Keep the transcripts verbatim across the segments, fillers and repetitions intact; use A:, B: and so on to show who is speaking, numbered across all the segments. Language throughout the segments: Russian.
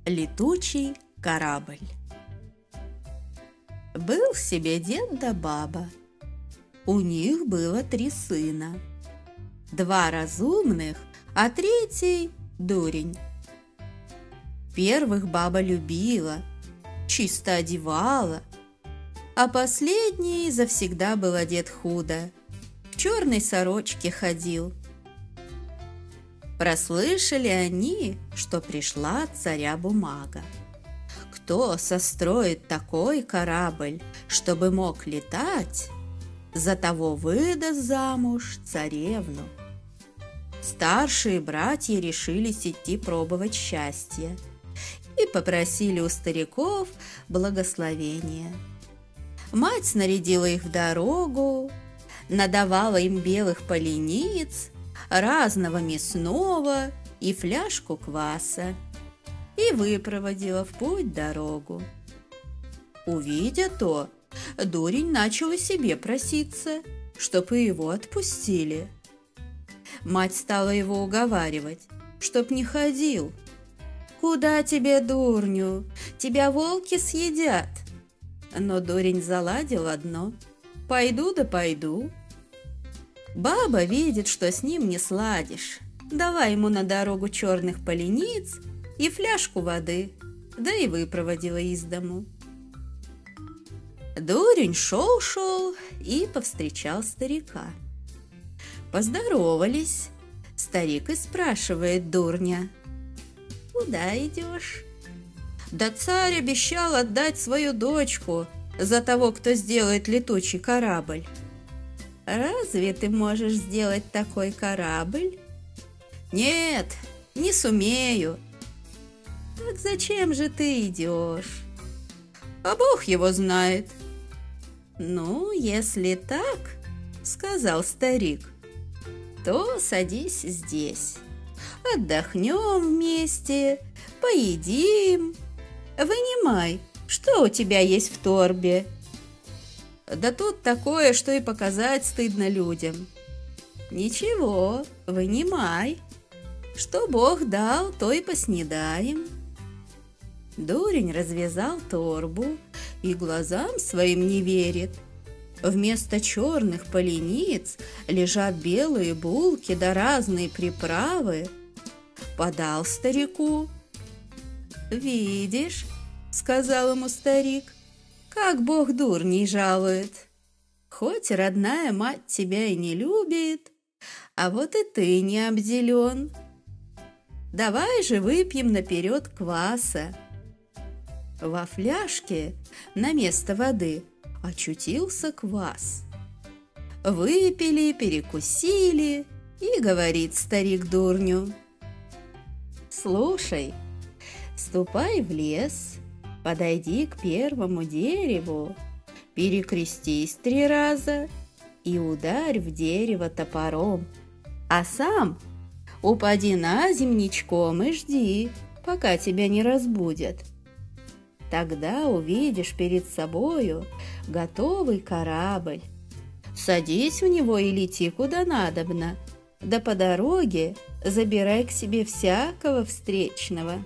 A: Летучий корабль. Был себе дед да баба. У них было три сына. Два разумных, а третий – дурень. Первых баба любила, чисто одевала, а последний завсегда был одет худо, в черной сорочке ходил. Прослышали они, что пришла от царя бумага. Кто состроит такой корабль, чтобы мог летать, за того выдаст замуж царевну. Старшие братья решились идти пробовать счастье и попросили у стариков благословения. Мать снарядила их в дорогу, надавала им белых полениц, разного мясного и фляжку кваса и выпроводила в путь дорогу. Увидя то, дурень начал и себе проситься, чтоб и его отпустили. Мать стала его уговаривать, чтоб не ходил. «Куда тебе, дурню? Тебя волки съедят!» Но дурень заладил одно: «Пойду да пойду». Баба видит, что с ним не сладишь. Дала ему на дорогу черных полениц и фляжку воды, да и выпроводила из дому. Дурень шел-шел и повстречал старика. Поздоровались. Старик и спрашивает дурня: «Куда идешь?» «Да царь обещал отдать свою дочку за того, кто сделает летучий корабль». «Разве ты можешь сделать такой корабль?» «Нет, не сумею». «Так зачем же ты идешь?» «А Бог его знает». «Ну, если так, — сказал старик, — то садись здесь, отдохнем вместе, поедим. Вынимай, что у тебя есть в торбе». «Да тут такое, что и показать стыдно людям». «Ничего, вынимай. Что Бог дал, то и поснедаем». Дурень развязал торбу и глазам своим не верит. Вместо черных полениц лежат белые булки да разные приправы. Подал старику. «Видишь, — сказал ему старик, — как Бог дурней жалует. Хоть родная мать тебя и не любит, а вот и ты не обделен. Давай же выпьем наперед кваса». Во фляжке на место воды очутился квас. Выпили, перекусили, и говорит старик дурню: «Слушай, ступай в лес, подойди к первому дереву, перекрестись три раза и ударь в дерево топором, а сам упади на земь ничком и жди, пока тебя не разбудят. Тогда увидишь перед собою готовый корабль. Садись в него и лети куда надобно, да по дороге забирай к себе всякого встречного».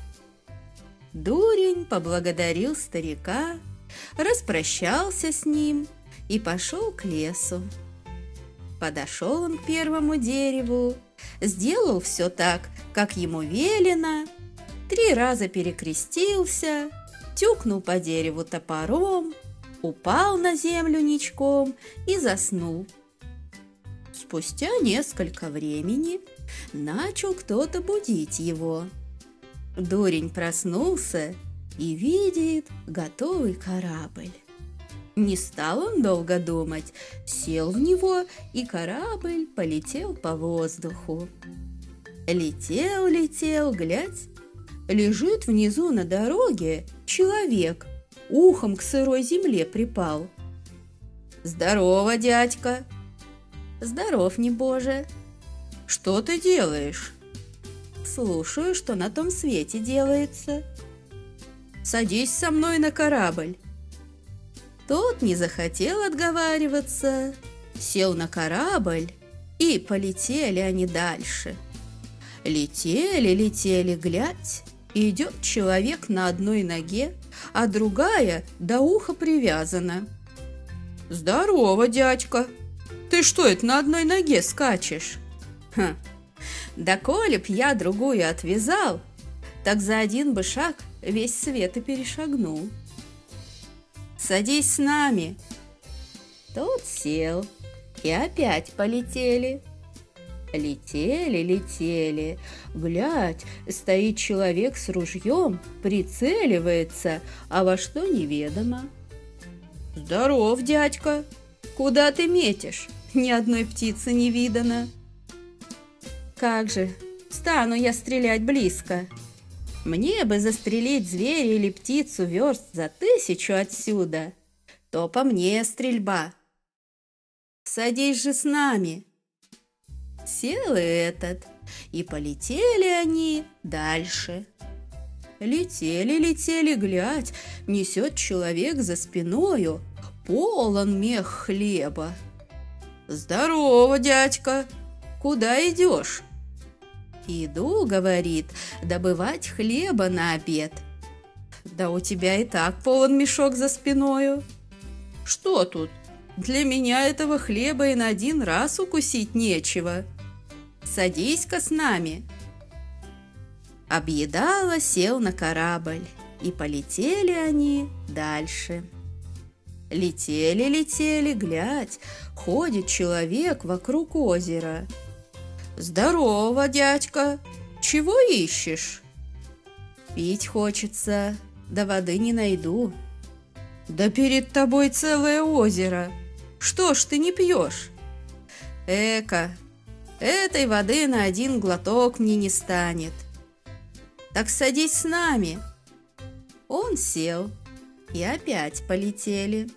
A: Дурень поблагодарил старика, распрощался с ним и пошел к лесу. Подошел он к первому дереву, сделал все так, как ему велено, три раза перекрестился, тюкнул по дереву топором, упал на землю ничком и заснул. Спустя несколько времени начал кто-то будить его. Дурень проснулся и видит готовый корабль. Не стал он долго думать, сел в него, и корабль полетел по воздуху. Летел, летел, глядь, лежит внизу на дороге человек, ухом к сырой земле припал. «Здорово, дядька!» «Здоров, небоже!» «Что ты делаешь?» «Слушаю, что на том свете делается». «Садись со мной на корабль». Тот не захотел отговариваться, сел на корабль, и полетели они дальше. Летели, летели, глядь, Идет человек на одной ноге, а другая до уха привязана. «Здорово, дядька! Ты что это на одной ноге скачешь?» «Ха! Да коли б я другую отвязал, так за один бы шаг весь свет и перешагнул. Садись с нами!» Тот сел, и опять полетели. Летели, летели, глядь, стоит человек с ружьем, прицеливается, а во что неведомо. «Здоров, дядька! Куда ты метишь? Ни одной птицы не видано». «Как же, стану я стрелять близко. Мне бы застрелить зверя или птицу верст за тысячу отсюда, то по мне стрельба. Садись же с нами». Сел и этот, и полетели они дальше. Летели, летели, глядь, несет человек за спиною полон мех хлеба. «Здорово, дядька! Куда идешь?» «Иду, — говорит, — добывать хлеба на обед». «Да у тебя и так полон мешок за спиною». «Что тут? Для меня этого хлеба и на один раз укусить нечего. Садись-ка с нами». Объедало сел на корабль, и полетели они дальше. Летели, летели, глядь, ходит человек вокруг озера. «Здорово, дядька! Чего ищешь?» «Пить хочется, да воды не найду». «Да перед тобой целое озеро! Что ж ты не пьешь?» «Эка, этой воды на один глоток мне не станет». «Так садись с нами». Он сел, и опять полетели.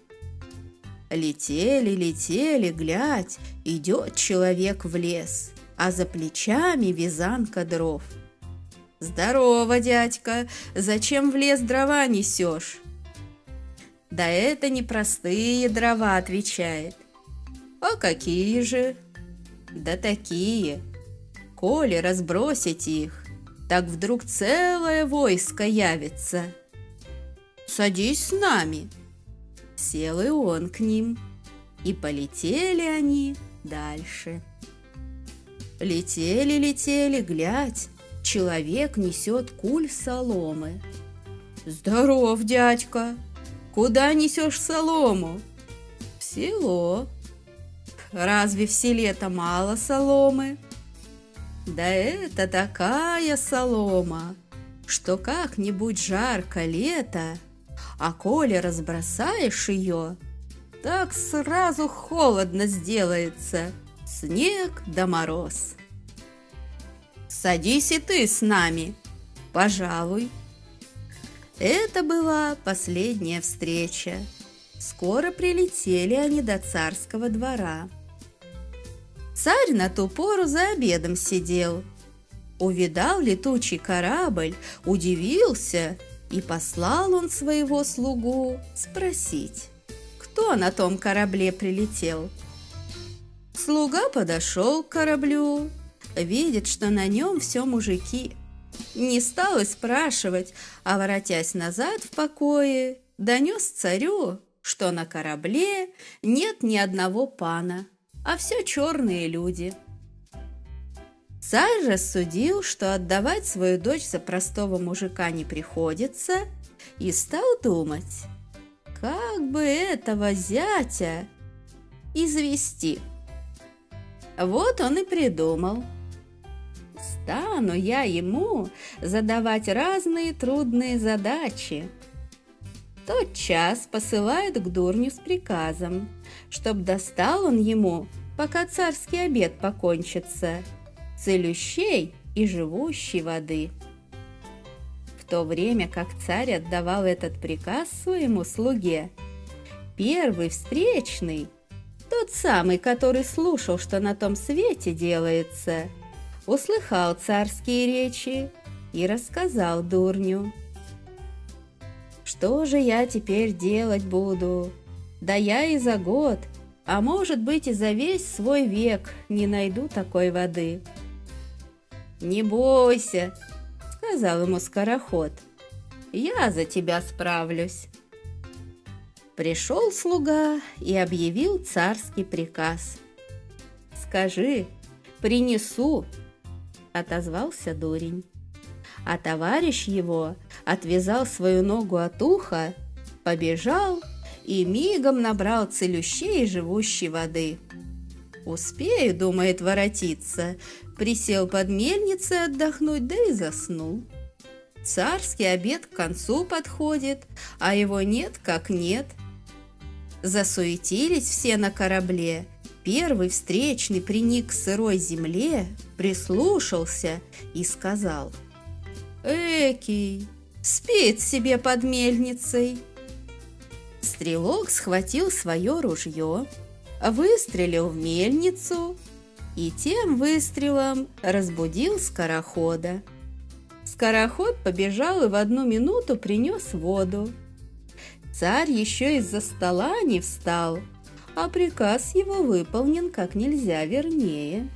A: Летели, летели, глядь, идет человек в лес, а за плечами вязанка дров. «Здорово, дядька, зачем в лес дрова несешь?» «Да это не простые дрова», — отвечает. «А какие же?» «Да такие. Коли разбросить их, так вдруг целое войско явится». «Садись с нами». Сел и он к ним, и полетели они дальше. Летели, летели, глядь, человек несет куль соломы. «Здоров, дядька! Куда несешь солому?» «В село». «Разве в селе-то мало соломы?» «Да это такая солома, что как-нибудь жарко лето, а коли разбросаешь ее, так сразу холодно сделается, снег да мороз». «Садись и ты с нами, пожалуй». Это была последняя встреча. Скоро прилетели они до царского двора. Царь на ту пору за обедом сидел. Увидал летучий корабль, удивился, и послал он своего слугу спросить, кто на том корабле прилетел. Слуга подошел к кораблю, видит, что на нем все мужики. Не стал и спрашивать, а, воротясь назад в покое, донес царю, что на корабле нет ни одного пана, а все черные люди. Царь рассудил, что отдавать свою дочь за простого мужика не приходится, и стал думать, как бы этого зятя извести. Вот он и придумал. Стану я ему задавать разные трудные задачи. Тотчас посылает к дурню с приказом, чтоб достал он ему, пока царский обед покончится, целющей и живущей воды. В то время как царь отдавал этот приказ своему слуге, первый встречный, тот самый, который слушал, что на том свете делается, услыхал царские речи и рассказал дурню. «Что же я теперь делать буду? Да я и за год, а может быть и за весь свой век не найду такой воды». «Не бойся, сказал ему скороход. «Я за тебя справлюсь». Пришел слуга и объявил царский приказ. «Скажи, принесу», — отозвался дурень. А товарищ его отвязал свою ногу от уха, побежал и мигом набрал целющей живущей воды. «Успею, — думает, — воротиться», присел под мельницей отдохнуть, да и заснул. Царский обед к концу подходит, а его нет как нет. Засуетились все на корабле. Первый встречный приник к сырой земле, прислушался и сказал: «Экий, спит себе под мельницей». Стрелок схватил свое ружье, выстрелил в мельницу и тем выстрелом разбудил скорохода. Скороход побежал и в одну минуту принес воду. Царь еще из-за стола не встал, а приказ его выполнен как нельзя вернее.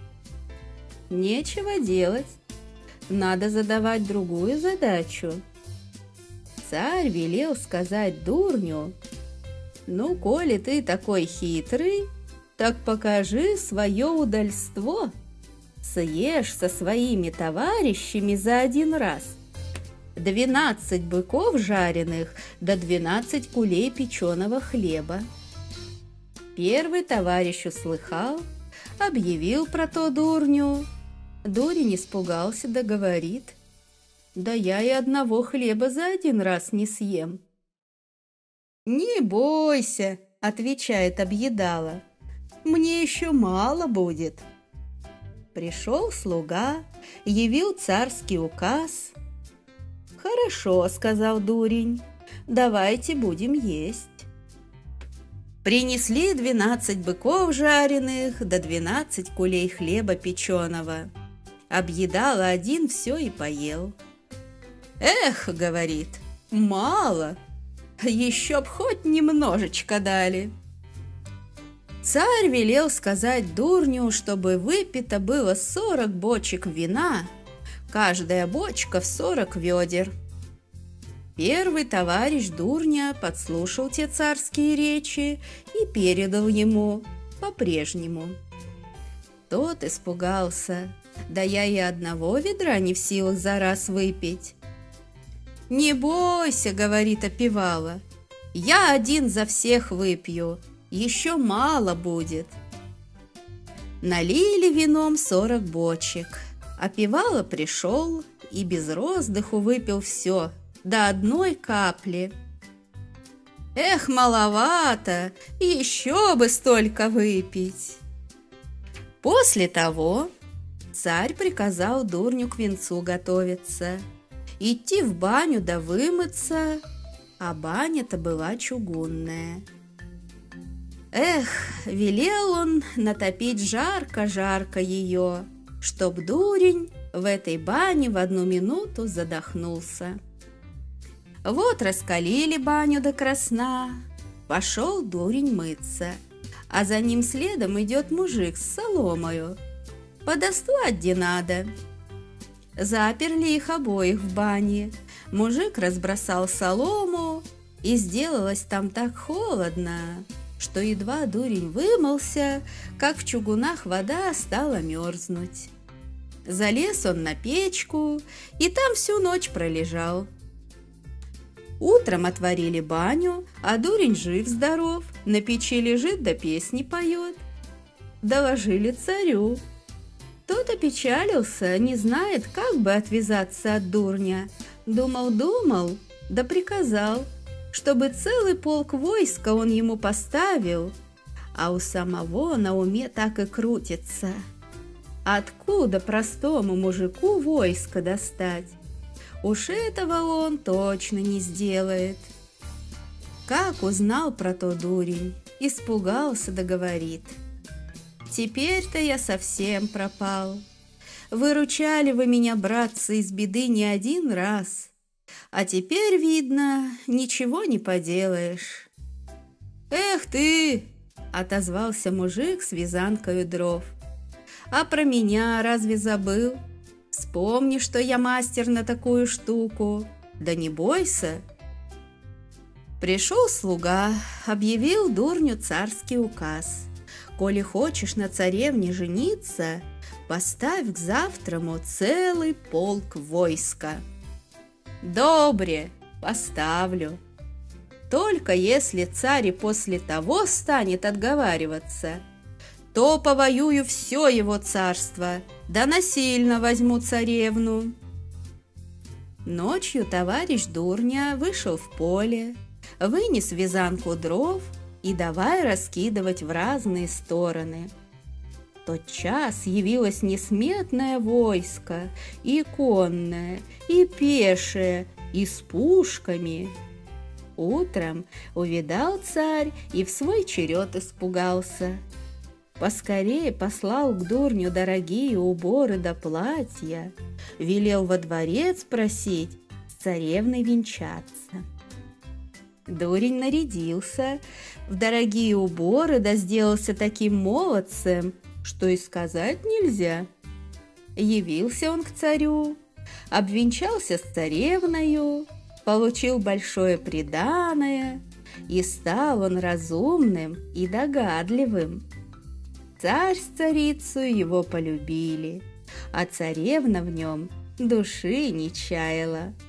A: Нечего делать, надо задавать другую задачу. Царь велел сказать дурню: «Ну, коли ты такой хитрый, так покажи свое удальство. Съешь со своими товарищами за один раз двенадцать быков жареных да двенадцать кулей печеного хлеба». Первый товарищ услыхал, объявил про то дурню. Дурень испугался да говорит: «Да я и одного хлеба за один раз не съем». «Не бойся, — отвечает объедала, — мне еще мало будет». Пришел слуга, явил царский указ. «Хорошо, — сказал дурень, — давайте будем есть». Принесли двенадцать быков жареных да двенадцать кулей хлеба печеного. Объедала один все и поел. «Эх, — говорит, — мало, еще б хоть немножечко дали». Царь велел сказать дурню, чтобы выпито было сорок бочек вина, каждая бочка в сорок ведер. Первый товарищ дурня подслушал те царские речи и передал ему по-прежнему. Тот испугался: «Да я и одного ведра не в силах за раз выпить». «Не бойся, — говорит опевала, — я один за всех выпью, еще мало будет». Налили вином сорок бочек. Опевала пришел и без роздыху выпил все до одной капли. «Эх, маловато, еще бы столько выпить». После того царь приказал дурню к венцу готовиться, идти в баню да вымыться, а баня-то была чугунная. Эх, велел он натопить жарко-жарко ее, чтоб дурень в этой бане в одну минуту задохнулся. Вот раскалили баню до красна, пошел дурень мыться, а за ним следом идет мужик с соломою. Подослать где надо. Заперли их обоих в бане. Мужик разбросал солому, и сделалось там так холодно, что едва дурень вымылся, как в чугунах вода стала мерзнуть. Залез он на печку и там всю ночь пролежал. Утром отворили баню, а дурень жив-здоров, на печи лежит да песни поет. Доложили царю. Тот опечалился, не знает, как бы отвязаться от дурня. Думал-думал, да приказал, чтобы целый полк войска он ему поставил, а у самого на уме так и крутится. Откуда простому мужику войско достать? Уж этого он точно не сделает. Как узнал про то дурень, испугался да говорит: «Теперь-то я совсем пропал. Выручали вы меня, братцы, из беды не один раз, а теперь, видно, ничего не поделаешь». «Эх ты! — отозвался мужик с вязанкою дров. — А про меня разве забыл? Вспомни, что я мастер на такую штуку, да не бойся. Пришел слуга, объявил дурню царский указ. Коли хочешь на царевне жениться, поставь к завтраму целый полк войска. Добре, поставлю. Только если царь и после того станет отговариваться, то повоюю все его царство, да насильно возьму царевну. Ночью товарищ Дурня вышел в поле, вынес вязанку дров и давай раскидывать в разные стороны. Тотчас явилось несметное войско, и конное, и пешее, и с пушками. Утром увидал царь и в свой черед испугался. Поскорее послал к Дурню дорогие уборы да платья, велел во дворец просить с царевной венчаться. Дурень нарядился в дорогие уборы, да сделался таким молодцем, что и сказать нельзя. Явился он к царю, обвенчался с царевною, получил большое приданое, и стал он разумным и догадливым. Царь с царицей его полюбили, а царевна в нем души не чаяла.